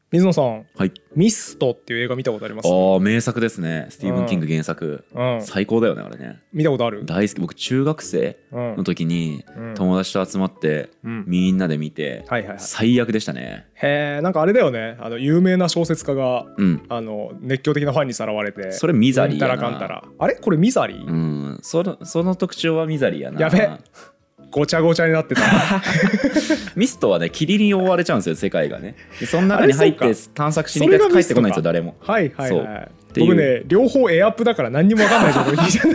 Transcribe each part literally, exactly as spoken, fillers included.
水野さん、 はい。 ミストっていう映画見たことあります？ ああ、名作ですね。スティーブン・キング原作。 うん、 最高だよね、あれね。 見たことある？ 大好き。僕、中学生の時に友達と集まって、 うん、 みんなで見て、 はいはいはい、 最悪でしたね。 へえ、なんかあれだよね。あの有名な小説家が、 うん、 あの熱狂的なファンにさらわれて。 それミザリーやな。 うんたらかんたら。あれこれミザリー？ うん、その、その特徴はミザリーやな。 やべ。ごちゃごちゃになってたミストはね、霧に覆われちゃうんですよ、世界がね。でその中に入って探索しに行くやつ帰ってこないんですよ、誰も。 はいはいはい。僕ね、両方エアップだから何にも分かんない状況にいいじゃん。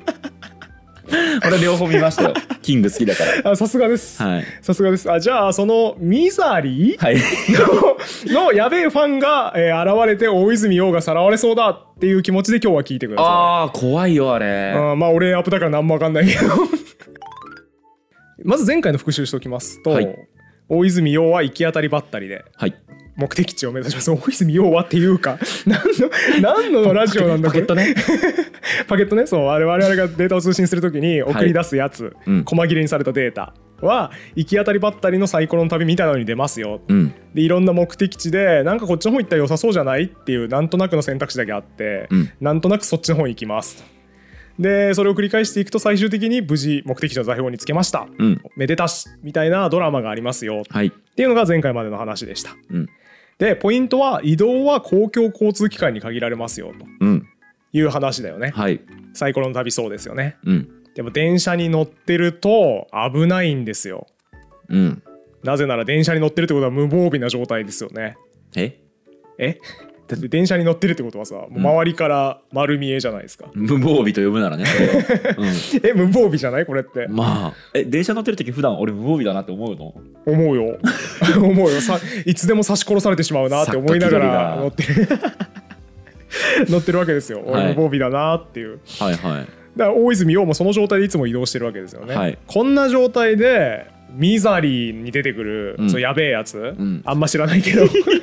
俺両方見ましたよ。キング好きだから。 あ、さすがです。 はい。 さすがです。あ、じゃあそのミザリー、 はい、 の, のやべえファンが、えー、現れて大泉洋がさらわれそうだっていう気持ちで今日は聞いてください。 ああ、怖いよあれ。 あ、まあ俺エアップだから何も分かんないけど。まず前回の復習しておきますと、はい、大泉洋は行き当たりばったりで目的地を目指します。大泉洋はっていうか何の何のラジオなんだこれ。パケットね。パケットね。そう、我々がデータを通信するときに送り出すやつ、はい、うん、細切れにされたデータは行き当たりばったりのサイコロの旅みたいなのに出ますよ、うん、でいろんな目的地でなんかこっちの方行ったら良さそうじゃないっていうなんとなくの選択肢だけあって、うん、なんとなくそっちの方に行きます。でそれを繰り返していくと最終的に無事目的地の座標につけました、うん、めでたしみたいなドラマがありますよ、はい、っていうのが前回までの話でした、うん、でポイントは移動は公共交通機関に限られますよという話だよね、はい、サイコロの旅そうですよね、うん、でも電車に乗ってると危ないんですよ、うん、なぜなら電車に乗ってるってことは無防備な状態ですよね。 ええだって電車に乗ってるってことはさ、もう周りから丸見えじゃないですか、 うん、無防備と呼ぶならね、 うん、え無防備じゃないこれって。 まあえ電車乗ってる時普段俺無防備だなって思うの？ 思うよ思うよさ、いつでも刺し殺されてしまうなって思いながら乗ってる乗ってるわけですよ、はい、俺無防備だなっていう、はいはい、だから大泉洋もその状態でいつも移動してるわけですよね、はい、こんな状態でミザリーに出てくる、うん、そうやべえやつ、うん、あんま知らないけど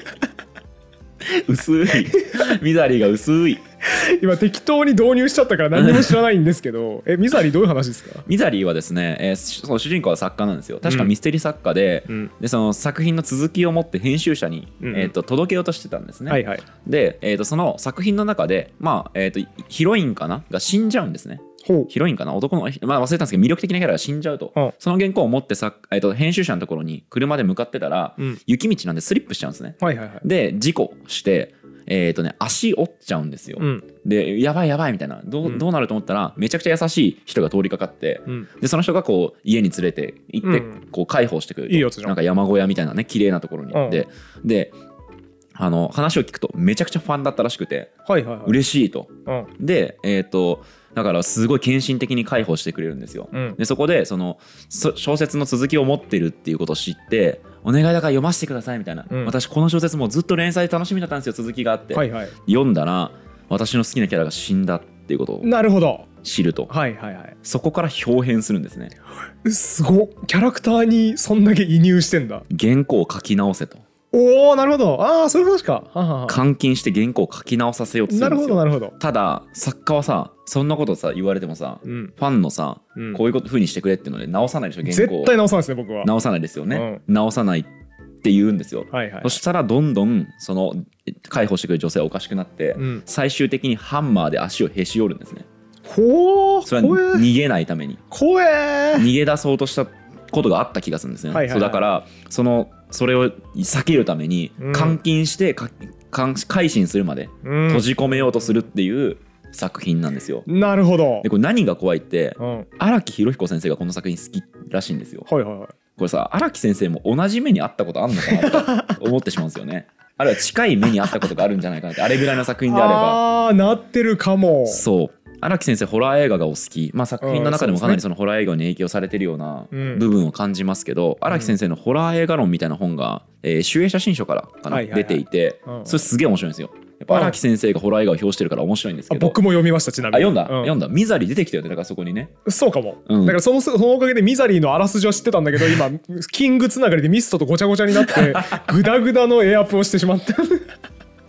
薄いミザリーが薄い。 今適当に導入しちゃったから何も知らないんですけどえミザリーどういう話ですか？ ミザリーはですね、えー、その主人公は作家なんですよ。確かミステリー作家で、うん、でその作品の続きを持って編集者に、うん、えー、と届けようとしてたんですね、はいはい、で、えー、とその作品の中で、まあえー、とヒロインかなが死んじゃうんですね。ヒロインかな男の、まあ、忘れたんですけど魅力的なキャラが死んじゃうと、うん、その原稿を持ってさ、えー、と編集者のところに車で向かってたら、うん、雪道なんでスリップしちゃうんですね、はいはいはい、で事故してえーとね、足折っちゃうんですよ、うん、でやばいやばいみたいな どう、うん、どうなると思ったらめちゃくちゃ優しい人が通りかかって、うん、でその人がこう家に連れて行って、うん、こう介抱してくれると、いいやつじゃん。なんか山小屋みたいなね綺麗なところに行って、うん、であの話を聞くとめちゃくちゃファンだったらしくて、はいはいはい、嬉しいと、うん、でえっ、ー、とだからすごい献身的に介抱してくれるんですよ、うん、でそこでその小説の続きを持ってるっていうことを知ってお願いだから読ませてくださいみたいな、うん、私この小説もずっと連載楽しみだったんですよ続きがあって、はいはい、読んだら私の好きなキャラが死んだっていうことをなるほど知ると、はいはいはい、そこから表変するんですね。 すごっ、キャラクターにそんだけ移入してんだ。 原稿を書き直せと。 おーなるほど、ああそういう話か。ははは監禁して原稿を書き直させようとするんですよ。 なるほどなるほど。 ただ作家はさそんなことさ言われてもさ、うん、ファンのさ、うん、こういう風にしてくれっていうので直さないでしょ原稿。 絶対直さないですね僕は。 直さないですよね、うん、直さないって言うんですよ、はいはい、そしたらどんどんその介抱してくれる女性はおかしくなって、うん、最終的にハンマーで足をへし折るんですね。 ほー、 それは逃げないために怖え逃げ出そうとしたことがあった気がするんですね、はいはいはい、そうだからそのそれを避けるために監禁してか、うん、改心するまで閉じ込めようとするっていう作品なんですよ、 うん、なるほど。 でこれ何が怖いって荒、うん、木博彦先生がこの作品好きらしいんですよ、はいはいはい、これさ荒木先生も同じ目にあったことあんのかなって思ってしまうんですよねあるいは近い目にあったことがあるんじゃないかなってあれぐらいの作品であればあーなってるかも。 そう荒木先生ホラー映画がお好き、まあ、作品の中でもかなりそのホラー映画に影響されてるような部分を感じますけど荒、うん、木先生のホラー映画論みたいな本が、えー、集英写真書からかな、はいはいはい、出ていて、うん、それすげえ面白いんですよ。やっぱ荒木先生がホラー映画を表してるから面白いんですけど、 僕も読みましたちなみに。 あ読んだ、うん、読んだミザリー出てきたよねだからそこにね。 そうかも、うん、だからその、そのおかげでミザリーのあらすじは知ってたんだけど今キングつながりでミストとごちゃごちゃになってグダグダのエアップをしてしまった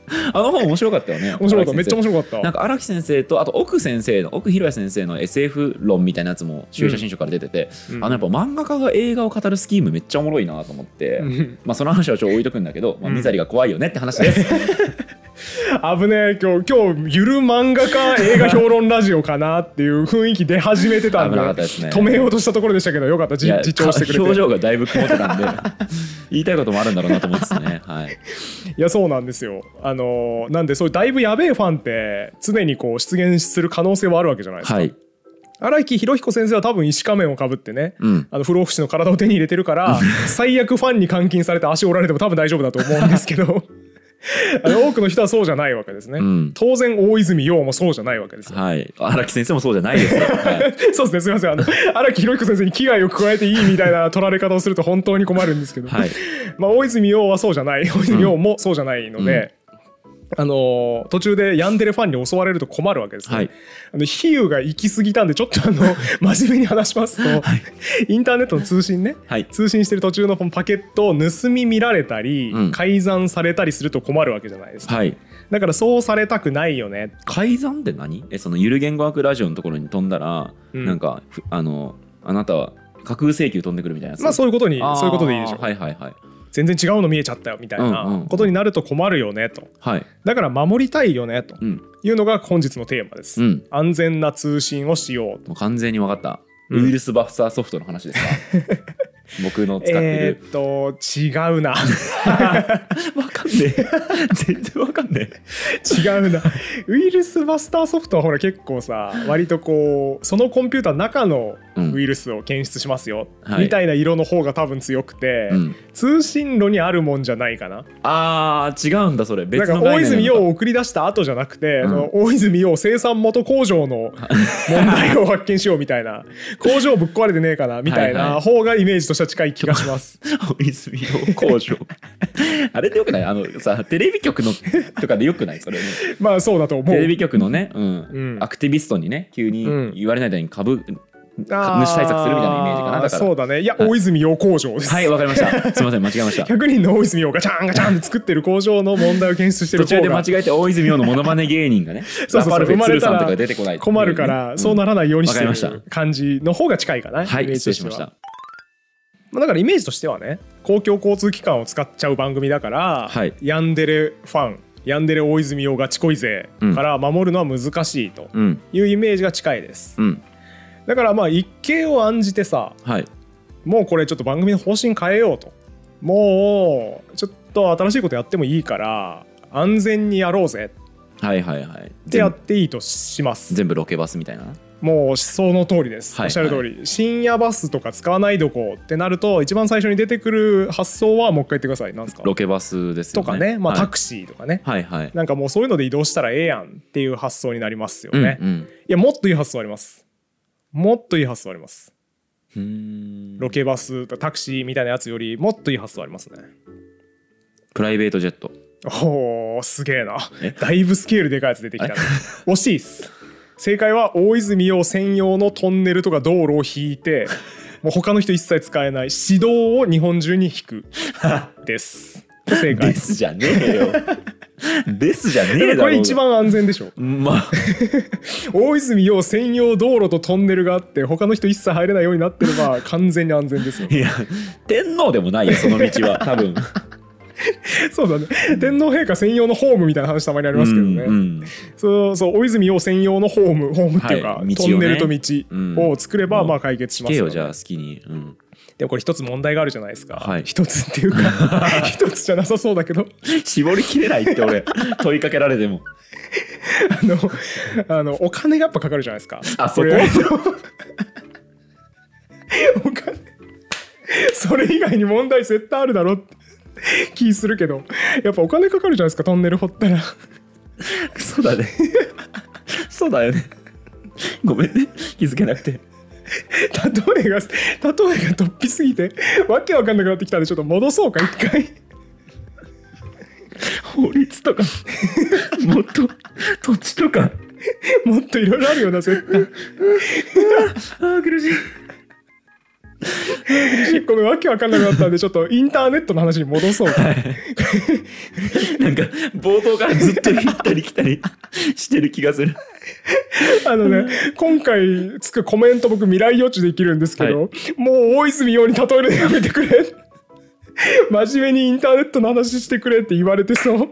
あの本面白かったよね。 面白かった、めっちゃ面白かった。 なんか荒木先生とあと奥先生の奥弘也先生の エスエフ 論みたいなやつも集英社新書から出てて、うん、あのやっぱ漫画家が映画を語るスキームめっちゃおもろいなと思って、うん、まあその話はちょっと置いとくんだけど、まあ、ミザリが怖いよねって話です。 危ねえ、今日今日ゆる漫画家映画評論ラジオかなっていう雰囲気出始めてたんで、 危なかったですね。 止めようとしたところでしたけど、よかった、自重してくれて。 表情がだいぶ曇ってたんで言いたいこともあるんだろうなと思ってですね。はい。 いやそうなんですよ。あのなんでそういうだいぶやべえファンって常にこう出現する可能性はあるわけじゃないですか。はい。荒木博彦先生は多分石仮面をかぶってね、うん、あの不老不死の体を手に入れてるから最悪ファンに監禁されて足折られても多分大丈夫だと思うんですけどあの多くの人はそうじゃないわけですね、うん、当然大泉洋もそうじゃないわけですよ。 はい、荒木先生もそうじゃないですよ、はい、 そうですね、すみません、あの荒木博彦先生に危害を加えていいみたいな取られ方をすると本当に困るんですけど、はい、まあ大泉洋はそうじゃない、大泉洋もそうじゃないので、うん、あの途中でヤンデレファンに襲われると困るわけですね、はい、あの比喩が行き過ぎたんでちょっとあの真面目に話しますと、はい、インターネットの通信ね、はい、通信してる途中のパケットを盗み見られたり、うん、改ざんされたりすると困るわけじゃないですか、はい、だからそうされたくないよね。 改ざんって何？えそのゆる言語学ラジオのところに飛んだら、うん、なんかあのあなたは架空請求飛んでくるみたいなやつ。 まあそういうことにそういうことでいいでしょう。 はいはいはい。 全然違うの見えちゃったよみたいなことになると困るよねと、うんうん、だから守りたいよねというのが本日のテーマです、うん、安全な通信をしようと。 もう完全に分かった、うん、ウイルスバスターソフトの話ですか？僕の使ってるえーっと違うな分かんねえ全然分かんねえ違うな。ウイルスバスターソフトはほら結構さ割とこうそのコンピューターの中のウイルスを検出しますよ、うん、みたいな色の方が多分強くて、はい、通信路にあるもんじゃないかな。 あー違うんだそれ。別のなんか大泉洋を送り出した後じゃなくて、うん、大泉洋生産元工場の問題を発見しようみたいな工場ぶっ壊れてねえかなみたいな方がイメージとしては近い気がします。 大泉洋工場あれでよくない？あのさテレビ局のとかでよくない？それねまあそうだと思う。 テレビ局のね、うんうん、アクティビストにね急に言われない間に株主対策するみたいなイメージかな。だからそうだね。いや、はい、大泉洋工場です。 はいわかりました。すみません間違えました。 ひゃくにんの大泉洋ガチャンガチャンって作ってる工場の問題を検出してる方が途中で間違えて大泉洋のモノマネ芸人がねそうそうそう生まれたら出てこない困るから、うん、そうならないようにしてる感じの方が近いかな、 はい失礼しました。 だからイメージとしてはね公共交通機関を使っちゃう番組だから、はい、ヤンデレファンヤンデレ大泉洋ガチ恋勢から守るのは難しいというイメージが近いです、うん、だからまあ一計を案じてさ、はい、もうこれちょっと番組の方針変えようと、もうちょっと新しいことやってもいいから安全にやろうぜはいはいはいってやっていいとします。 全部ロケバスみたいな。 もうその通りです、はい、おっしゃる通り、はい、深夜バスとか使わないどこってなると一番最初に出てくる発想はもう一回言ってください。なんですか？ ロケバスですよね。 とかね、まあ、タクシーとかね、はいはい、なんかもうそういうので移動したらええやんっていう発想になりますよね、うんうん、いやもっといい発想あります。もっといい発想あります。うーんロケバスタクシーみたいなやつよりもっといい発想ありますね。 プライベートジェット。 おーすげえな。だいぶスケールでかいやつ出てきた、ね、惜しいっす。正解は大泉洋専用のトンネルとか道路を引いてもう他の人一切使えない指導を日本中に引くです正解ですじゃねえよですじゃねえだろ。 これ一番安全でしょ。まあ大泉洋専用道路とトンネルがあって他の人一切入れないようになってれば完全に安全ですよ。 いや天皇でもないよその道は多分そうだね、天皇陛下専用のホームみたいな話たまにありますけどね、うんうん、そうそう大泉洋専用のホームホームっていうか、はい、トンネルと道を作ればまあ解決しますよね。 じゃあ好きに、うん、 でもこれ一つ問題があるじゃないですか、はい、一つっていうか一つじゃなさそうだけど絞りきれないって俺問いかけられてもあのあのお金がやっぱかかるじゃないですか。 あそこお金それ以外に問題絶対あるだろって気するけどやっぱお金かかるじゃないですかトンネル掘ったらそうだねそうだよねごめんね気づけなくて例えが例えが突飛すぎてわけわかんなくなってきたんでちょっと戻そうか一回法律とかもっと土地とかもっといろいろあるよな絶対ああ苦しいごめんわけわかんなくなったんでちょっとインターネットの話に戻そうか、はい、 なんか冒頭からずっと行ったり来たりしてる気がする。 あのね今回つくコメント僕未来予知できるんですけど、はい、もう大泉洋に例えるのやめてくれ真面目にインターネットの話してくれって言われてそう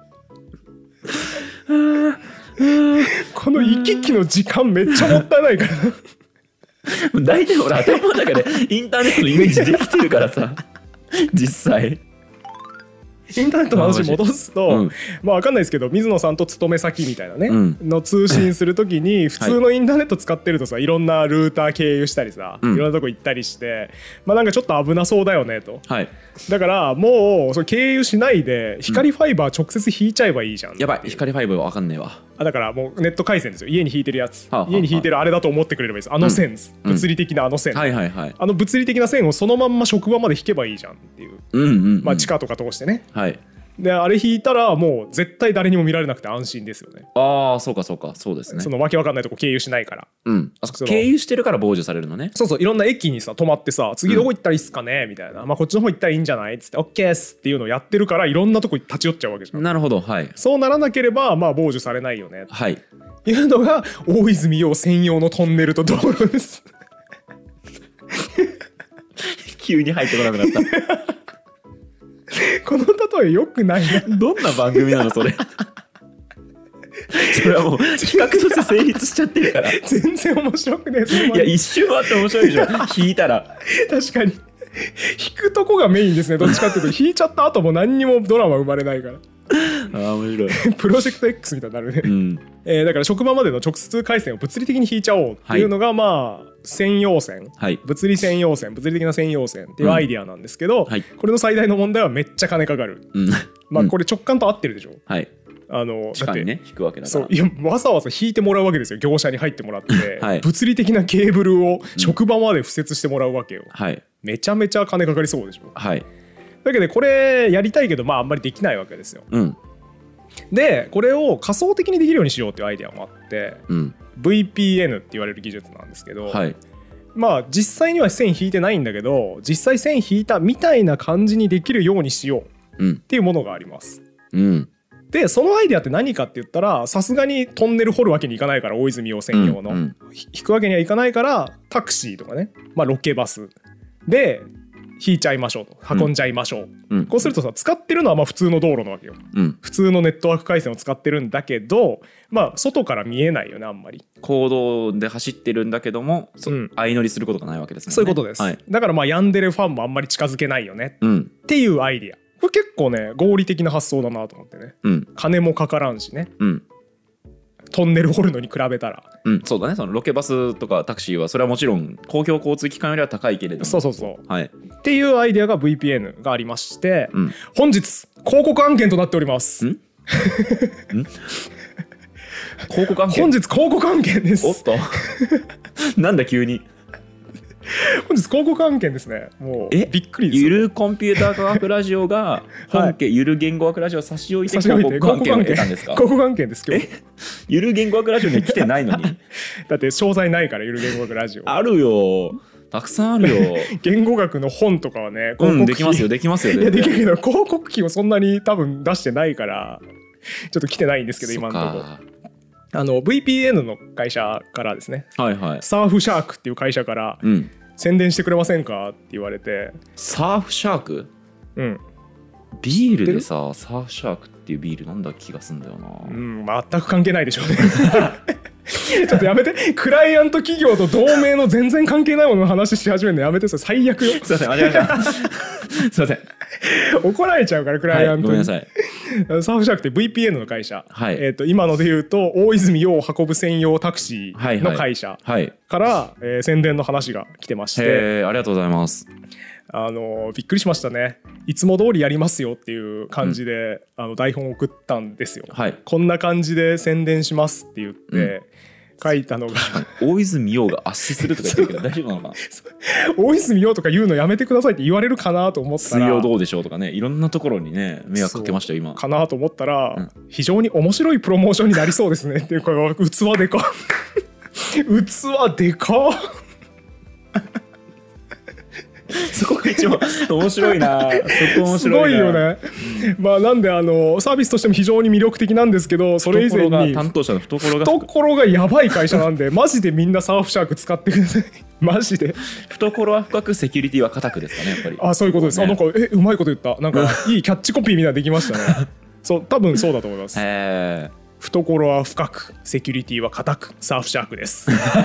この行き来の時間めっちゃもったいないから大体俺頭の中でインターネットのイメージできてるからさ実際インターネットの話戻すと、うん、まあ分かんないですけど水野さんと勤め先みたいなね、うん、の通信するときに普通のインターネット使ってるとさ、はい、いろんなルーター経由したりさ、うん、いろんなとこ行ったりしてまあなんかちょっと危なそうだよねと、はい、だからもうそれ経由しないで光ファイバー直接引いちゃえばいいじゃん、うん、 やばい光ファイバー分かんねえわ。 あだからもうネット回線ですよ。家に引いてるやつ、はあはあ、家に引いてるあれだと思ってくれればいいです。あの線、うん、物理的なあの線、はいはいはい、あの物理的な線をそのまんま職場まで引けばいいじゃんっていう、うんうんうん、まあ地下とか通してね、はい、であれ引いたらもう絶対誰にも見られなくて安心ですよね。 ああそうかそうかそうですね。 そのわけわかんないとこ経由しないから、 うん、あそ経由してるから傍受されるのね。 そうそういろんな駅にさ止まってさ次どこ行ったらいいっすかね、うん、みたいな、まあ、こっちの方行ったらいいんじゃないっつって OK っすっていうのをやってるからいろんなとこ立ち寄っちゃうわけじゃん。 なるほど、はい、 そうならなければまあ傍受されないよね、はい、いうのが大泉洋専用のトンネルと道路です急に入ってこなくなったこの例え良くないな。 どんな番組なのそれそれはもう企画として成立しちゃってるから全然面白くねえ。 いや一瞬あって面白いでしょ引いたら確かに引くとこがメインですね。どっちかっていうと引いちゃった後も何にもドラマ生まれないからあ面白いプロジェクト X みたいになるね、うんえー、だから職場までの直接回線を物理的に引いちゃおうっていうのが、はい、まあ専用線、はい、物理専用線物理的な専用線っていうアイディアなんですけど、うんはい、これの最大の問題はめっちゃ金かかる、うん、まあこれ直感と合ってるでしょ、はい、あの地下にね引くわけだからそういやわざわざ引いてもらうわけですよ。業者に入ってもらって、はい、物理的なケーブルを職場まで敷設してもらうわけよ、はい、めちゃめちゃ金かかりそうでしょ、はい、だけどこれやりたいけどまああんまりできないわけですよ、うんでこれを仮想的にできるようにしようっていうアイデアもあって、うん、ブイピーエヌ って言われる技術なんですけど、はい、まあ実際には線引いてないんだけど実際線引いたみたいな感じにできるようにしようっていうものがあります、うん、でそのアイデアって何かって言ったらさすがにトンネル掘るわけにいかないから大泉洋専用の、うんうん、引くわけにはいかないからタクシーとかね、まあ、ロケバスで引いちゃいましょうと運んじゃいましょう、うん、こうするとさ使ってるのはまあ普通の道路なわけよ、うん、普通のネットワーク回線を使ってるんだけどまあ外から見えないよねあんまり公道で走ってるんだけども、うん、相乗りすることがないわけですもんね。 そういうことです、はい、だからまあヤンデレファンもあんまり近づけないよね、うん、っていうアイディアこれ結構ね合理的な発想だなと思ってね、うん、金もかからんしね、うんトンネル掘るのに比べたら、 うん、そうだね。そのロケバスとかタクシーはそれはもちろん公共交通機関よりは高いけれどもそうそうそう、はい、っていうアイデアが ブイピーエヌ がありまして、うん、本日広告案件となっております。んん広告案件本日広告案件です。 おっとなんだ急に本日広告案件ですね。もうびっくりです。 ゆるコンピューター科学ラジオが本家、はい、ゆる言語学ラジオを差し置いて広告案件を得たんですか。 広告案件です今日。 ゆる言語学ラジオには来てないのにだって詳細ないからゆる言語学ラジオあるよたくさんあるよ言語学の本とかはね広告費、うん、できますよできますよいやできるけど広告費をそんなに多分出してないからちょっと来てないんですけど今のところあの ブイピーエヌ の会社からですね、はいはい、サーフシャークっていう会社から、うん、宣伝してくれませんかって言われて。 サーフシャーク、うん、ビールでさサーフシャークっていうビール飲んだ気がすんだよな。 うん全く関係ないでしょうねちょっとやめてクライアント企業と同盟の全然関係ないものの話し始めるのやめてそれ最悪よ。 すいません間違えましたすいません怒られちゃうからクライアントに、 はい、ごめんなさいサーフシャークって ブイピーエヌ の会社、はいえー、と今ので言うと大泉洋を運ぶ専用タクシーの会社から、はいはいえー、宣伝の話が来てまして。 へーありがとうございます。 あのびっくりしましたね。いつも通りやりますよっていう感じで、うん、あの台本を送ったんですよ、はい、こんな感じで宣伝しますって言って、うん書いたのが大泉洋が圧死するとか言ってるけど大丈夫なのかな大泉洋とか言うのやめてくださいって言われるかなと思ったら水曜どうでしょうとかねいろんなところにね迷惑かけましたよ今かなと思ったら、うん、非常に面白いプロモーションになりそうですねっていうか器でか器でかそこが一番面白いな。そこ面白いな。 すごいよね、うん、まあなんであのサービスとしても非常に魅力的なんですけど、それ以前に担当者の懐が懐がやばい会社なんでマジでみんなサーフシャーク使ってください。マジで懐は深くセキュリティは固くですかね、やっぱり。 あ、そういうことです、ね、あなんかえうまいこと言った。なんかいいキャッチコピーみたいなできましたね。そう多分そうだと思います。 へー、 懐は深くセキュリティは固くサーフシャークです。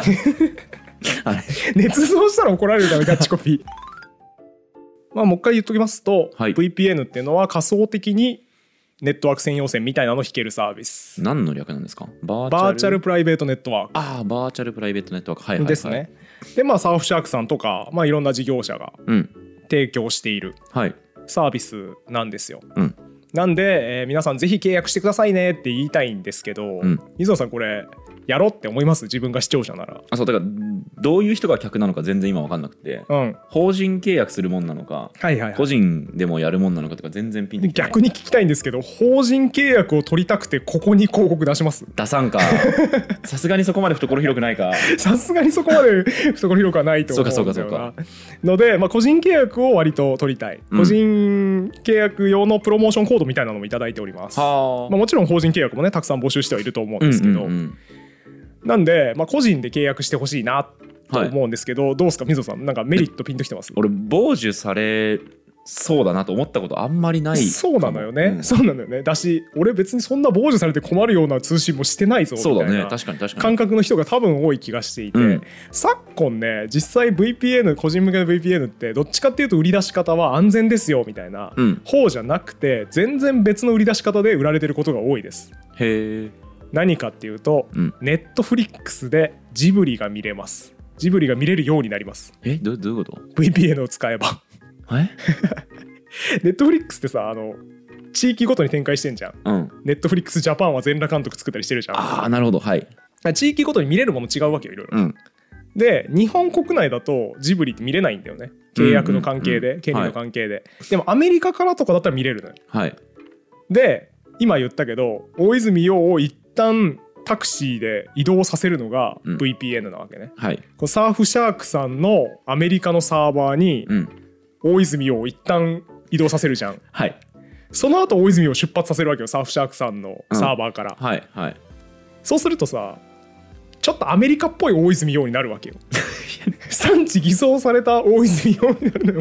捏造したら怒られるからキャッチコピー。まあもう一回言っときますと、はい、ブイピーエヌ っていうのは仮想的にネットワーク専用線みたいなのを引けるサービス。 何の略なんですか？ バーチャル、バーチャルプライベートネットワーク。 ああ、バーチャルプライベートネットワーク、はいはいはい、 ですね。でまあサーフシャークさんとか、まあ、いろんな事業者が提供しているサービスなんですよ、うん、なんで、えー、皆さんぜひ契約してくださいねって言いたいんですけど、うん、水野さんこれやろうって思います？自分が視聴者なら。 あ、そうだからどういう人が客なのか全然今分かんなくて、うん、法人契約するもんなのか、はいはいはい、個人でもやるもんなのかとか全然ピンときてない。 逆に聞きたいんですけど、法人契約を取りたくてここに広告出します？ 出さんか。さすがにそこまで懐広くないか。 さすがにそこまで懐広くはないと思うんだよな。そうかそうかそうか。ので、まあ、個人契約を割と取りたい、うん、個人契約用のプロモーションコードみたいなのもいただいております。は、まあ、もちろん法人契約もねたくさん募集してはいると思うんですけど、うんうんうん、なんで、まあ、個人で契約してほしいなと思うんですけど、はい、どうですか水野さん、なんかメリットピンときてます？ 俺傍受されそうだなと思ったことあんまりない。 そうなのよね、うん、そうなのよね。だし俺別にそんな傍受されて困るような通信もしてないぞみたいな、そうだね、確かに確かに感覚の人が多分多い気がしていて、うん、昨今ね実際 ブイピーエヌ 個人向けの ブイピーエヌ ってどっちかっていうと売り出し方は安全ですよみたいな方じゃなくて、全然別の売り出し方で売られてることが多いです。へー。何かっていうと、うん、ネットフリックスでジブリが見れます。ジブリが見れるようになります。 え、ど, どういうこと？ ブイピーエヌ を使えば。えネットフリックスってさ、あの地域ごとに展開してんじゃん、うん、ネットフリックスジャパンは全裸監督作ったりしてるじゃん。 ああ、なるほど、はい。 地域ごとに見れるもの違うわけよ、いろいろ、うん、で日本国内だとジブリって見れないんだよね、契約の関係で、うんうんうん、権利の関係で、はい、でもアメリカからとかだったら見れるのよ、はい、で今言ったけど大泉洋を一旦タクシーで移動させるのが ブイピーエヌ なわけね、うん、はい、このサーフシャークさんのアメリカのサーバーに大泉洋を一旦移動させるじゃん、はい、その後大泉洋を出発させるわけよ、サーフシャークさんのサーバーから、うん、はいはい、そうするとさちょっとアメリカっぽい大泉洋になるわけよ。産地偽装された大泉洋になるのよ。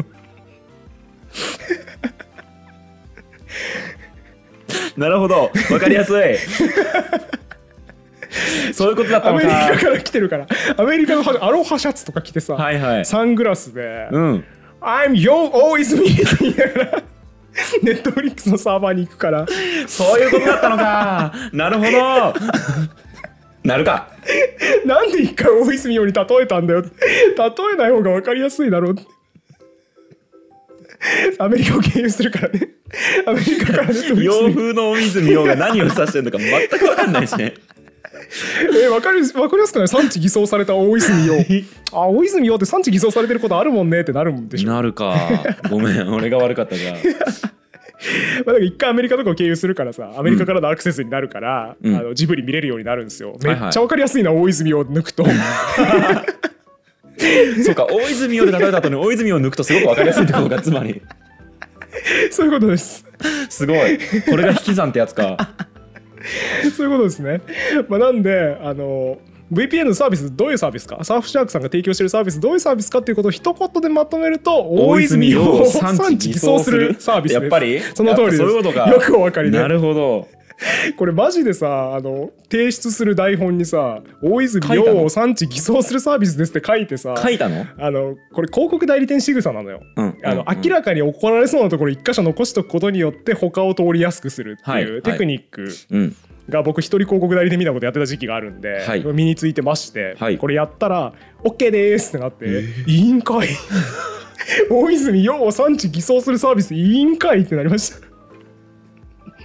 なるほど、わかりやすい。そういうことだったのか。 アメリカから来てるから、アメリカのアロハシャツとか着てさ、はいはい、サングラスで、うん、I'm your 大泉って言いながらネットフリックスのサーバーに行くから。 そういうことだったのか。なるほど。なるか。 なんで一回大泉洋に例えたんだよ。例えない方が分かりやすいだろう。アメリカを経由するからね。アメリカからネットフリックス洋風の大泉洋が何を指してるのか全く分かんないしね。 えー、分かり、分かりやすくない？産地偽装された大泉洋。あ、大泉洋って産地偽装されてることあるもんねってなるんでしょ。 なるか。ごめん、俺が悪かったじゃん。 まあ一回アメリカとかを経由するからさ、アメリカからのアクセスになるから、うん、あのジブリ見れるようになるんですよ。めっちゃ分かりやすいな、はいはい、大泉洋を抜くと。 そうか、大泉洋で例えた後に大泉洋を抜くとすごく分かりやすいってことか、つまり。 そういうことです。 すごい、これが引き算ってやつか。 そういうことですね。まあ、なんであの ブイピーエヌ のサービスどういうサービスか、サーフシャークさんが提供しているサービスどういうサービスかっていうことを一言でまとめると、大泉洋を産地偽装するサービスです。やっぱりその通りです。そういうことか。よくお分かりね。 なるほど。 これマジでさ、あの提出する台本にさ、大泉洋を産地偽装するサービスですって書いてさ、 書いたの？ あのこれ広告代理店仕草なのよ、うん、あの、うん、明らかに怒られそうなところ一箇所残しとくことによって他を通りやすくするっていうテクニックが僕一人広告代理店みたいなことやってた時期があるんで、はい、身についてまして、はい、これやったら OK ですってなって、えー、いいんかい。大泉洋を産地偽装するサービスいいんかいってなりました。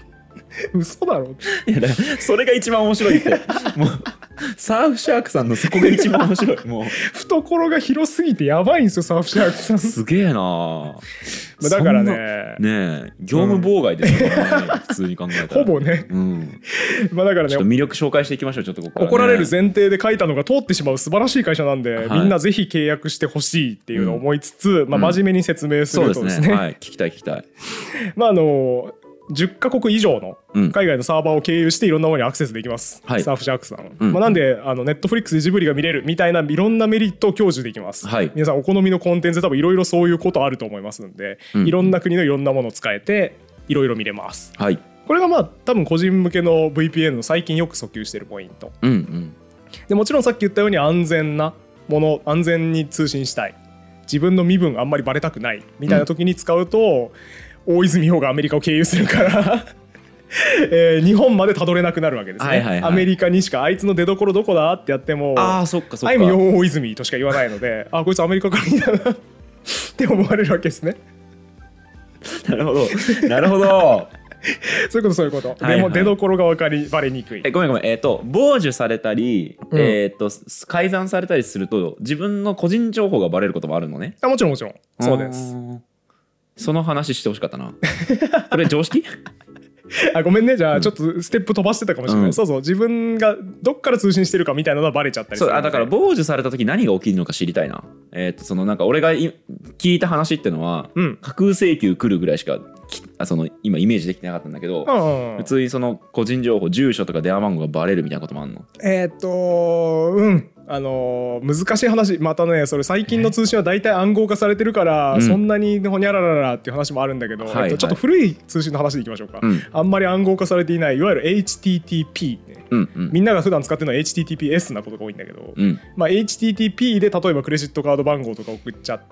嘘だろ。 いやだそれが一番面白いってもうサーフシャークさんのそこが一番面白い。もう懐が広すぎてやばいんですよサーフシャークさん。 すげえな。まあだからねね業務妨害ですよね、うん、普通に考えたらほぼね、うん、まあだからねちょっと魅力紹介していきましょう。ちょっとここ、ね、 怒られる前提で書いたのが通ってしまう素晴らしい会社なんで、はい、みんなぜひ契約してほしいっていうのを思いつつ、うん、まあ、真面目に説明するとですね、うん、そうですね、はい、 聞きたい聞きたい。 まああのじゅっカ国以上の海外のサーバーを経由していろんなものにアクセスできます、うん、サーフシャークさん、うんまあ、なんであのネットフリックスでジブリが見れるみたいないろんなメリットを享受できます、はい、皆さんお好みのコンテンツで多分いろいろそういうことあると思いますので、うん、いろんな国のいろんなものを使えていろいろ見れます、はい、これがまあ多分個人向けの ブイピーエヌ の最近よく訴求しているポイント、うんうん、でもちろんさっき言ったように安全なもの安全に通信したい自分の身分あんまりバレたくないみたいな時に使うと、うん、大泉洋がアメリカを経由するからえー、日本までたどれなくなるわけですね、はいはいはい、アメリカにしかあいつの出所どこだってやってもあそっかそっかあいみょう大泉としか言わないのであこいつアメリカから来たなって思われるわけですね。 なるほどなるほどそういうことそういうこと、はいはい、でも出所が分かりバレにくい。 えごめんごめんえっ、ー、と傍受されたり、うん、えっ、ー、と改ざんされたりすると自分の個人情報がバレることもあるのね。 あもちろんもちろんそうです。 その話してほしかったなこれ常識あごめんねじゃあちょっとステップ飛ばしてたかもしれない、うん、そうそう自分がどっから通信してるかみたいなのはバレちゃったりする。 そうあだから傍受された時何が起きるのか知りたいな。えー、とそのなんか俺が聞いた話ってのは、うん、架空請求来るぐらいしかあその今イメージできてなかったんだけど、うんうん、普通にその個人情報住所とか電話番号がバレるみたいなこともあるの？ えっ、ー、とうんあのー、難しい話またねそれ最近の通信は大体暗号化されてるから、うん、そんなにほにゃらららっていう話もあるんだけど、はいはい、えっと、ちょっと古い通信の話でいきましょうか、うん、あんまり暗号化されていないいわゆる エイチティーティーピー、ねうんうん、みんなが普段使ってるのは エイチティーティーピーエス なことが多いんだけど、うんまあ、エイチティーティーピー で例えばクレジットカード番号とか送っちゃって、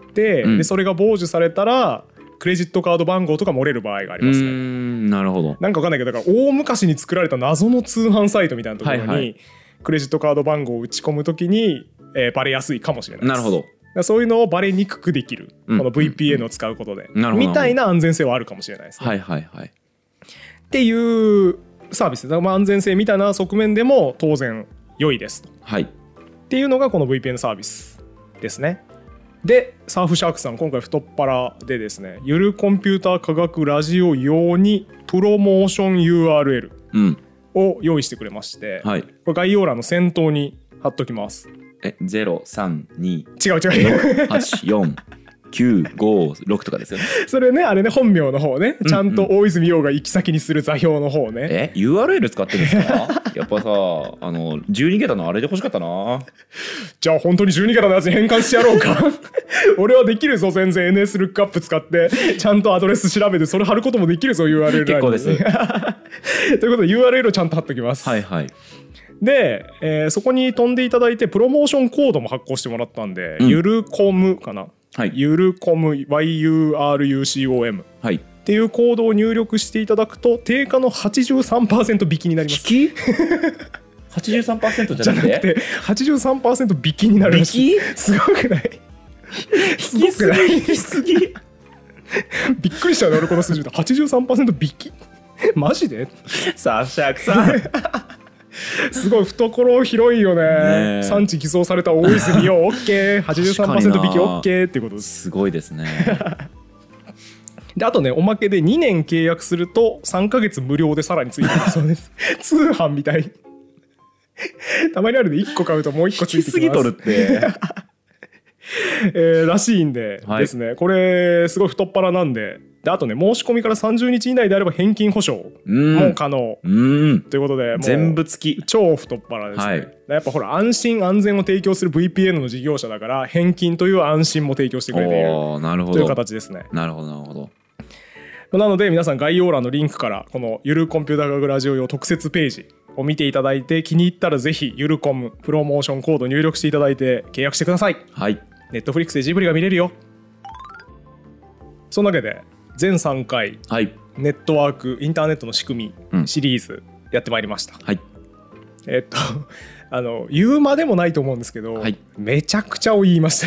うん、でそれが傍受されたらクレジットカード番号とか漏れる場合がありますね。うーんなるほど。 なんか分かんないけどだから大昔に作られた謎の通販サイトみたいなところに、はいはい、クレジットカード番号を打ち込むときに、えー、バレやすいかもしれないです。 なるほど。 そういうのをバレにくくできる、うん、この ブイピーエヌ を使うことで、うん、みたいな安全性はあるかもしれないですね。 はいはいはい。 っていうサービスで、まあ、安全性みたいな側面でも当然良いですと、はい、っていうのがこの ブイピーエヌ サービスですね。でサーフシャークさん今回太っ腹でですねゆるコンピューター科学ラジオ用にプロモーション ユーアールエル を用意してくれまして、うんはい、これ概要欄の先頭に貼っときます。 えゼロさんに違う違うはちよんきゅうごろくとかですよね。 それねあれね本名の方ねちゃんと大泉洋が行き先にする座標の方ね、うんうん、 え ユーアールエル 使ってるんですかやっぱさあのじゅうに桁のあれで欲しかったな。 じゃあ本当にじゅうに桁のやつに変換してやろうか俺はできるぞ全然 エヌエス ルックアップ使ってちゃんとアドレス調べてそれ貼ることもできるぞ ユーアールエル結構ですということで ユーアールエル をちゃんと貼っときます。 はいはい。 で、えー、そこに飛んでいただいてプロモーションコードも発行してもらったんで、うん、ゆるコムかな、はい、ゆるコム ワイユーアールユーシーオーエム、はい、っていうコードを入力していただくと定価の はちじゅうさんパーセント 引きになります。 引きはちじゅうさんパーセント じゃなくてじゃなくて はちじゅうさんパーセント 引きになるらしい。 引きすごくないすごくない引きすぎびっくりしたよね俺この数字で はちじゅうさんパーセント 引きマジでさあシャークさんすごい懐広いよ ね, ね産地偽装された大泉洋 OK はちじゅうさんパーセント 引き OK っていうことです。 すごいですねであとねおまけでにねん契約するとさんかげつ無料でさらについてくるそうです通販みたいたまにあるんでいっこ買うともういっこついてきます。 引きすぎとるってえー、らしいんでですね、はい、これすごい太っ腹なんで、であとね申し込みからさんじゅうにち以内であれば返金保証も可能ということでもう全部付き超太っ腹ですね、はい、やっぱほら安心安全を提供する ブイピーエヌ の事業者だから返金という安心も提供してくれているという形ですね。 なるほどなるほど。 なので皆さん概要欄のリンクからこのゆるコンピューター科学ラジオ用特設ページを見ていただいて気に入ったらぜひゆるコムプロモーションコード入力していただいて契約してください。はい。ネットフリックスでジブリが見れるよ。そんなわけで全さんかい、はい、ネットワークインターネットの仕組みシリーズやってまいりました、うんはい、えー、っとあの言うまでもないと思うんですけど、はい、めちゃくちゃを言いました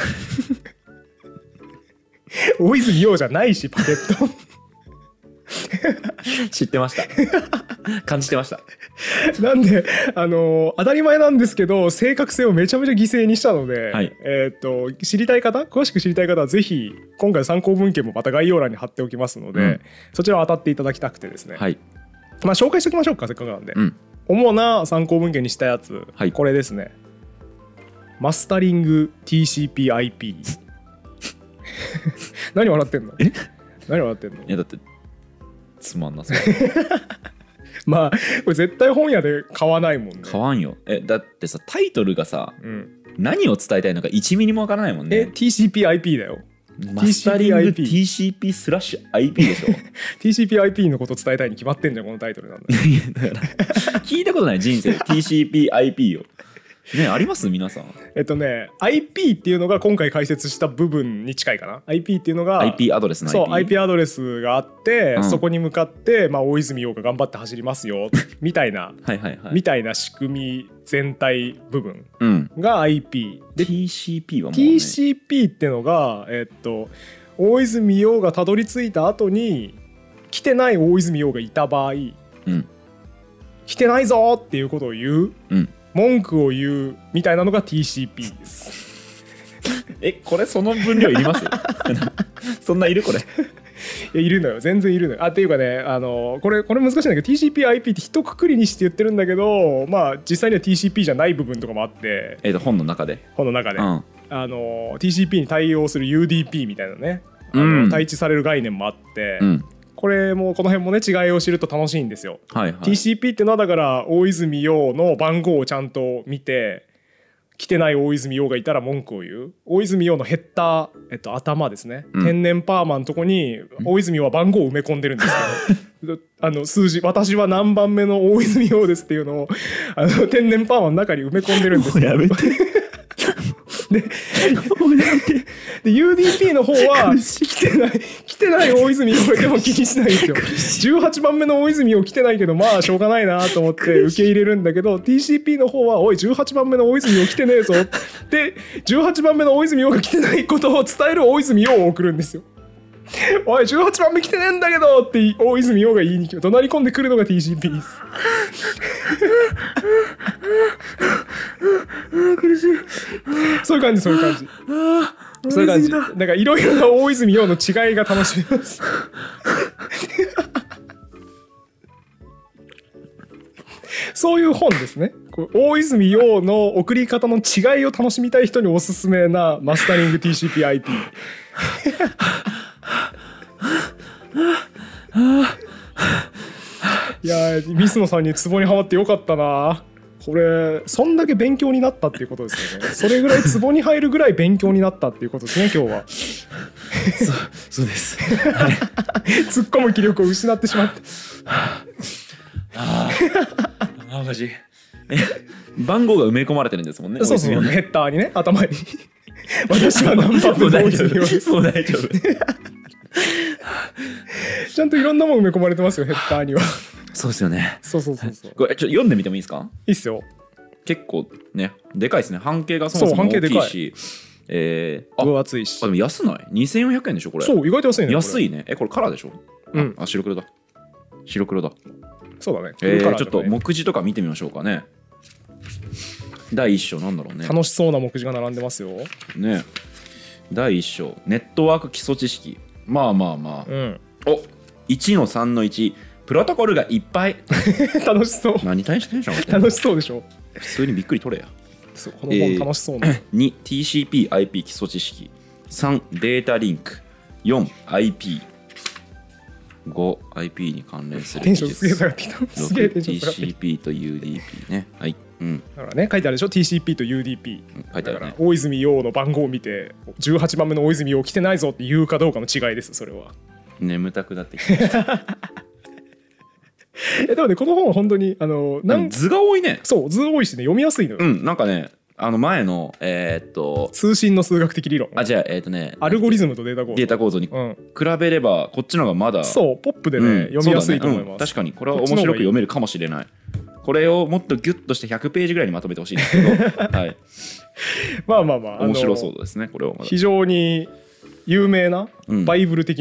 大泉洋じゃないしパケット知ってました感じてましたなんであの当たり前なんですけど正確性をめちゃめちゃ犠牲にしたので、はい、えー、っと知りたい方詳しく知りたい方はぜひ今回参考文献もまた概要欄に貼っておきますので、うん、そちらを当たっていただきたくてですね、はい、まあ紹介しておきましょうかせっかくなんで、うん、主な参考文献にしたやつ、はい、これですね。マスタリング ティーシーピーアイピー 何笑ってんの？え？何笑ってんの？ いやだってつまんなそうまあこれ絶対本屋で買わないもんね。 買わんよ。えだってさタイトルがさ、うん、何を伝えたいのかいちミリもわからないもんね。 え ティーシーピーアイピー だよ。 マスタリング ティーシーピー スラッシュ アイピー でしょティーシーピーアイピー のこと伝えたいに決まってんじゃんこのタイトルなんだだから聞いたことない人生で ティーシーピーアイピー をね、あります皆さん。 えっとね アイピー っていうのが今回解説した部分に近いかな。 アイピー っていうのがアイピー アドレスの アイピー。 そう アイピー アドレスがあって、うん、そこに向かって、まあ、大泉洋が頑張って走りますよみたいなはいはい、はい、みたいな仕組み全体部分が アイピー、うん、でティーシーピー はもう、ね、 ティーシーピー っていうのがえっと大泉洋がたどり着いた後に来てない大泉洋がいた場合、うん、来てないぞっていうことを言う、うん、文句を言うみたいなのが ティーシーピー ですえこれその分量いりますそんないるこれいやいるのよ全然いるのよ。あっていうかねあのこれこれ難しいんだけど ティーシーピーアイピー って一括りにして言ってるんだけどまあ実際には ティーシーピー じゃない部分とかもあってえーと本の中で本の中で、うん、あの ティーシーピー に対応する ユーディーピー みたいなねあの、うん、対置される概念もあって、うん、これもこの辺もね違いを知ると楽しいんですよ、はいはい、ティーシーピー ってのはだから大泉洋の番号をちゃんと見て来てない大泉洋がいたら文句を言う。大泉洋のヘッダー、えっと、頭ですね、うん、天然パーマのとこに大泉洋は番号を埋め込んでるんですけどあの数字私は何番目の大泉洋ですっていうのをあの天然パーマの中に埋め込んでるんですけどやめてで, で ユーディーピー の方は来てない来てない大泉洋でも気にしないんですよ。じゅうはちばんめの大泉洋来てないけどまあしょうがないなと思って受け入れるんだけど ティーシーピー の方はおいじゅうはちばんめの大泉洋来てねえぞってじゅうはちばんめの大泉洋が来てないことを伝える大泉洋を送るんですよ。おいじゅうはちばんめ来てねえんだけどって大泉洋が言いに来る怒鳴り込んでくるのが ティーシーピー です。苦しい。そういう感じそういう感じそういう感じだからいろいろな大泉洋の違いが楽しめますそういう本ですね。こう大泉洋の送り方の違いを楽しみたい人におすすめなマスタリング ティーシーピーアイピーいや水野さんにツボにはまってよかったな。これそんだけ勉強になったっていうことですよね。それぐらいツボに入るぐらい勉強になったっていうことですね今日は。 そうそうです、 はい、突っ込む気力を失ってしまってああおかしい。番号が埋め込まれてるんですもんね。 そうそうヘッダーにね頭に私は何番目の大泉洋です。 もう大丈夫ちゃんといろんなもの埋め込まれてますよヘッダーには。 そうですよね。 そうそうそうそう。 これちょっと読んでみてもいいですか？ いいっすよ。 結構ねでかいですね。半径がそもそも大きいし、えー、分厚いし。 あでも安ない？にせんよんひゃくえんでしょこれ。 そう意外と安いね。 安いね。えこれカラーでしょ？うん。あ白黒だ。白黒だ。 そうだね。 えー、ちょっと目次とか見てみましょうかね。だいいっ章なんだろうね。 楽しそうな目次が並んでますよ。 ね。だいいっ章ネットワーク基礎知識。まあまあまあ。うん、おいちのさんのいち。プロトコルがいっぱい楽しそう。 何対してんじゃん楽しそうでしょ。 普通にびっくり取れや。 そうこの本楽しそうな、えー、 に ティーシーピーアイピー 基礎知識さんデータリンクよん アイピーご アイピー に関連する技術ろく ティーシーピー と ユーディーピー ねはい、うん、 だからね書いてあるでしょ ティーシーピー と ユーディーピー、 うん、書いてあるね。だから大泉洋の番号を見てじゅうはちばんめの大泉洋来てないぞって言うかどうかの違いですそれは。 眠たくなってきましたえでもねこの本は本当にあのなん図が多いね。 そう図多いしね読みやすいのよ。 うんなんかねあの前のえー、っと通信の数学的理論あじゃあえー、っとねアルゴリズムとデータ構造データ構造に比べればこっちの方がまだそうポップでね、うん、読みやすいと思います、 ねうん、確かにこれは面白く読めるかもしれない。これをもっとギュッとしてひゃくページぐらいにまとめてほしいんですけど、はい、 まあまあまあ面白そうですねこれはまだ非常に有名なバイブル的な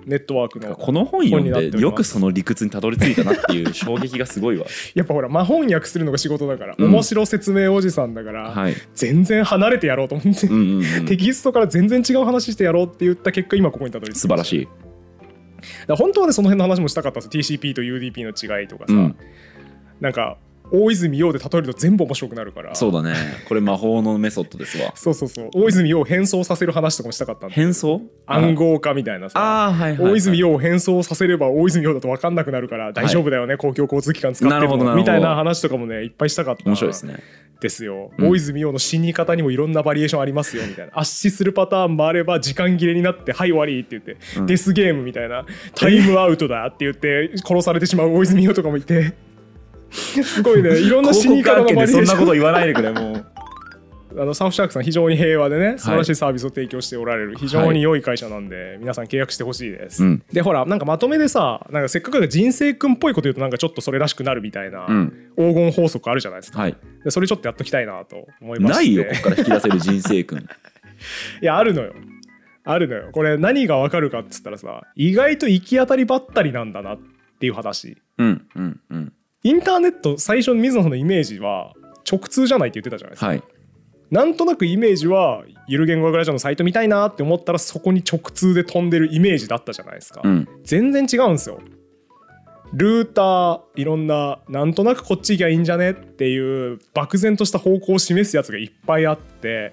ネットワークのこの本読んでよくその理屈にたどり着いたなっていう衝撃がすごいわやっぱほら真翻訳するのが仕事だから、うん、面白説明おじさんだから、はい、全然離れてやろうと思って、うんうんうん、テキストから全然違う話してやろうって言った結果今ここにたどり着いた。 素晴らしい。 だ本当はねその辺の話もしたかったんですよ。 ティーシーピー と ユーディーピー の違いとかさ、うん、なんか大泉洋で例えると全部面白くなるから。 そうだね、これ魔法のメソッドですわそうそうそう、大泉洋を変装させる話とかもしたかったんで。 変装暗号化みたいなさ、あ、はいはいはい、大泉洋を変装させれば大泉洋だと分かんなくなるから大丈夫だよね、はい、公共交通機関使ってもみたいな話とかもねいっぱいしたかった。 面白いですね。 ですよ、うん、大泉洋の死に方にもいろんなバリエーションありますよみたいな。圧死するパターンもあれば時間切れになってはい終わりって言って、うん、デスゲームみたいなタイムアウトだって言って殺されてしまう大泉洋とかもいてすごいね、いろんな死に方のバリエーション。 そんなこと言わないでくれもうあのサーフシャークさん非常に平和でね素晴らしいサービスを提供しておられる非常に良い会社なんで、はい、皆さん契約してほしいです、うん、でほらなんかまとめでさ、なんかせっかく人生君っぽいこと言うとなんかちょっとそれらしくなるみたいな、うん、黄金法則あるじゃないですか、はい、でそれちょっとやっときたいなと思いまして。 ないよここから引き出せる人生君いやあるのよあるのよ。これ何がわかるかっつったらさ、意外と行き当たりばったりなんだなっていう話。 うんうんうん。 インターネット最初の水野さんのイメージは直通じゃないって言ってたじゃないですか、はい、なんとなくイメージはゆる言語学ラジオのサイト見たいなって思ったらそこに直通で飛んでるイメージだったじゃないですか、うん、全然違うんですよ。ルーターいろんななんとなくこっち行きゃいいんじゃねっていう漠然とした方向を示すやつがいっぱいあって、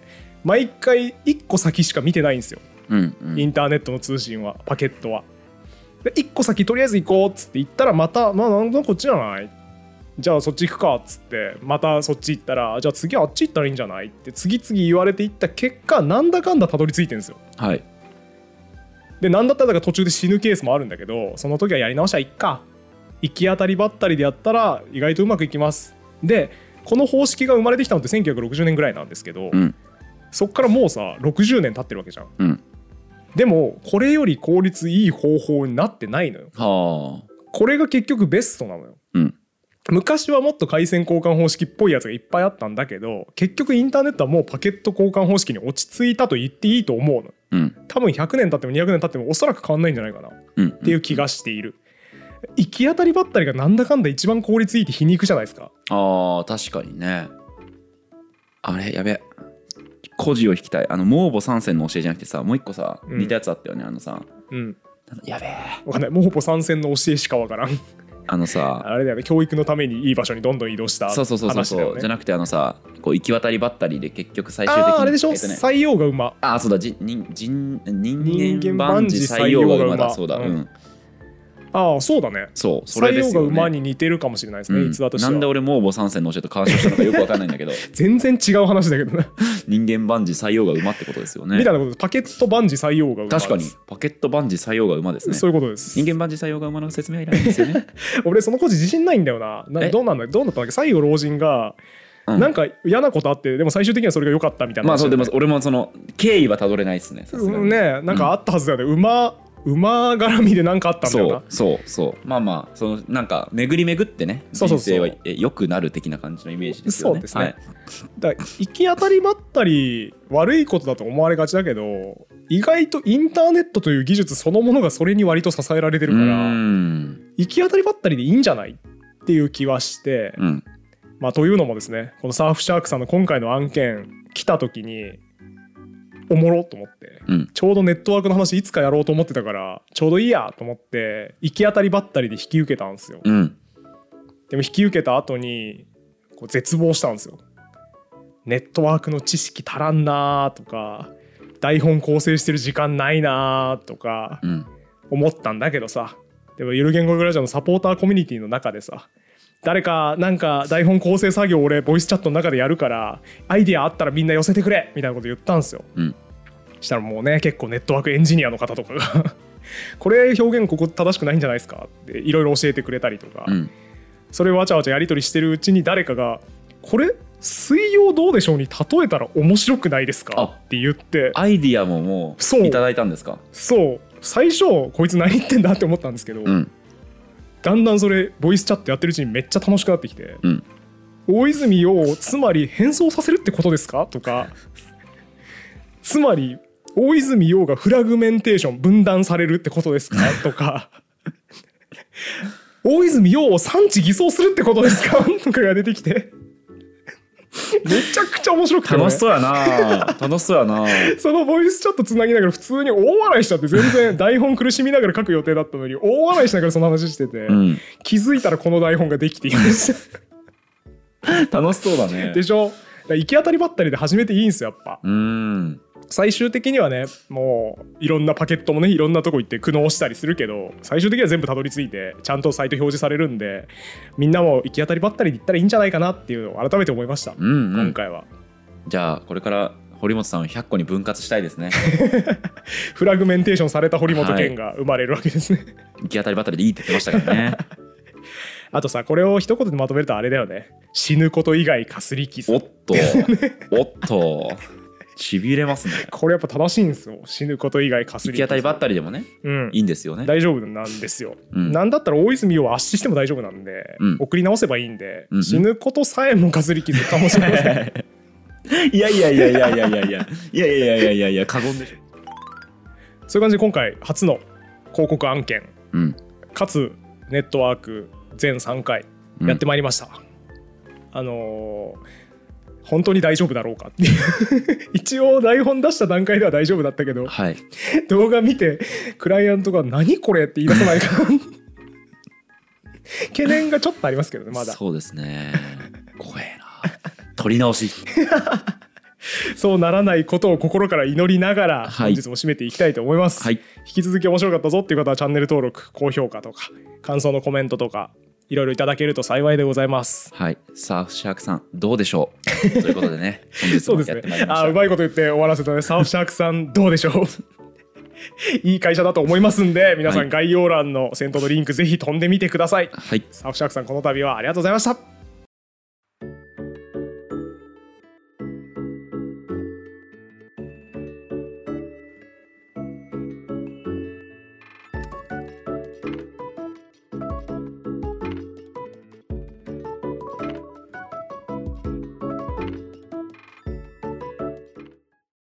毎回いっこ先しか見てないんですよ、うんうん、インターネットの通信はパケットは。でいっこ先とりあえず行こうっつって行ったらまたまあなんとなくこっちじゃない、じゃあそっち行くかっつってまたそっち行ったらじゃあ次はあっち行ったらいいんじゃないって次々言われていった結果なんだかんだたどり着いてるんですよ。はい。でなんだったら途中で死ぬケースもあるんだけど、その時はやり直しはいっか、行き当たりばったりでやったら意外とうまくいきます。でこの方式が生まれてきたのってせんきゅうひゃくろくじゅうねんぐらいなんですけど、うん、そっからもうさろくじゅうねん経ってるわけじゃん、うん、でもこれより効率いい方法になってないのよ。はあ。これが結局ベストなのよ、うん、昔はもっと回線交換方式っぽいやつがいっぱいあったんだけど、結局インターネットはもうパケット交換方式に落ち着いたと言っていいと思うの、うん、多分ひゃくねん経ってもにひゃくねん経ってもおそらく変わんないんじゃないかな、うん、っていう気がしている。行き当たりばったりがなんだかんだ一番効率いいって皮肉じゃないですか。 あー確かにね。あれやべ孤児を引きたい。あのモーボ参戦の教えじゃなくてさ、もう一個さ、うん、似たやつあったよね。あのさ、うん、やべえわかんない、モーボ参戦の教えしかわからんあのさあれだよね、教育のためにいい場所にどんどん移動した話だよね。 そうそうそうそう、じゃなくてあのさ、こう行き渡りばったりで結局最終的にああれでしょ、えっとね、採用が馬。 ああそうだ、人人人間万事採用が馬だ。そうだ、うん、うん、 ああそうだね。 そうそれですよね。 採用が馬に似てるかもしれないですね、うん、逸話としては。 なんで俺モーボ参戦の教えと干渉したのかよくわかんないんだけど全然違う話だけどね人間万事採用が馬ってことですよね。 みたいなことです。パケット万事採用が馬です。 確かにパケット万事採用が馬ですね。 そういうことです。 人間万事採用が馬の説明はいらないんですよね俺その個人自信ないんだよな。などうなんだどうだったんだっけ、最後老人がうん、なんか嫌なことあってでも最終的にはそれが良かったみたいな。 まあそうでも俺もその経緯はたどれないですね。さすがにね、なんかあったはずだよね、うん、馬馬絡みで何かあったんだよな。 そうそうそうまあまあそのなんか巡り巡ってね、人生は良くなる的な感じのイメージですよね。 そうですね、はい、だ行き当たりばったり悪いことだと思われがちだけど、意外とインターネットという技術そのものがそれに割と支えられてるから、行き当たりばったりでいいんじゃないっていう気はして、うん、まあというのもですね、このサーフシャークさんの今回の案件来た時におもろと思って、うん、ちょうどネットワークの話いつかやろうと思ってたからちょうどいいやと思って行き当たりばったりで引き受けたんですよ、うん、でも引き受けた後にこう絶望したんですよ。ネットワークの知識足らんなとか台本構成してる時間ないなとか思ったんだけどさ、でもゆる言語学ラジオのサポーターコミュニティの中でさ、誰かなんか台本構成作業俺ボイスチャットの中でやるからアイディアあったらみんな寄せてくれみたいなこと言ったんですよ、うん、したらもうね結構ネットワークエンジニアの方とかがこれ表現ここ正しくないんじゃないですかっていろいろ教えてくれたりとか、うん、それをわちゃわちゃやり取りしてるうちに誰かがこれ水曜どうでしょうに例えたら面白くないですかって言って、 アイディアももういただいたんですか。 そう最初こいつ何言ってんだって思ったんですけど、うん、だんだんそれボイスチャットやってるうちにめっちゃ楽しくなってきて、うん、大泉をつまり変装させるってことですかとかつまり大泉洋がフラグメンテーション分断されるってことですかとか大泉洋を産地偽装するってことですかとかが出てきてめちゃくちゃ面白くて、ね、 楽しそうやな楽しそうやなそのボイスチャットつなぎながら普通に大笑いしちゃって、全然台本苦しみながら書く予定だったのに大笑いしながらその話してて、うん、気づいたらこの台本ができていました楽しそうだね。 でしょ。行き当たりばったりで始めていいんですよやっぱ。うーん、最終的にはね、もういろんなパケットもねいろんなとこ行って苦悩したりするけど、最終的には全部たどり着いてちゃんとサイト表示されるんで、みんなも行き当たりばったりで行ったらいいんじゃないかなっていうのを改めて思いました、うんうん、今回は。 じゃあこれから堀本さんをひゃっこに分割したいですねフラグメンテーションされた堀本健が生まれるわけですね、はい、 行き当たりばったりでいいって言ってましたからねあとさ、これを一言でまとめるとあれだよね。死ぬこと以外かすり傷。 おっとおっとしびれますね。 これやっぱ正しいんですよ。死ぬこと以外かすり傷。 行き当たりばったりでもね、うん、いいんですよね。 大丈夫なんですよ、うん、なんだったら大泉洋を圧死しても大丈夫なんで、うん、送り直せばいいんで、うんうん、死ぬことさえもかすり傷かもしれませんいやいやいやいやいやいやいやいやいやいやいやいやいや過言でしょ。 そういう感じで今回初の広告案件、うん、かつネットワーク全さんかいやってまいりました、うん、あのー、本当に大丈夫だろうかっていう一応台本出した段階では大丈夫だったけど、はい、動画見てクライアントが何これって言い出さないかな懸念がちょっとありますけどね、まだ。 そうですね、怖えな撮り直しそうならないことを心から祈りながら本日も締めていきたいと思います、はい、引き続き面白かったぞっていう方はチャンネル登録、高評価とか感想のコメントとかいろいろいただけると幸いでございます。 はい、サーフシャークさんどうでしょうということでね本日もやってまいりました。そうですね、 あ、うまいこと言って終わらせたね。サーフシャークさんどうでしょういい会社だと思いますんで、皆さん概要欄の先頭のリンクぜひ飛んでみてください、はい、サーフシャークさんこの度はありがとうございました。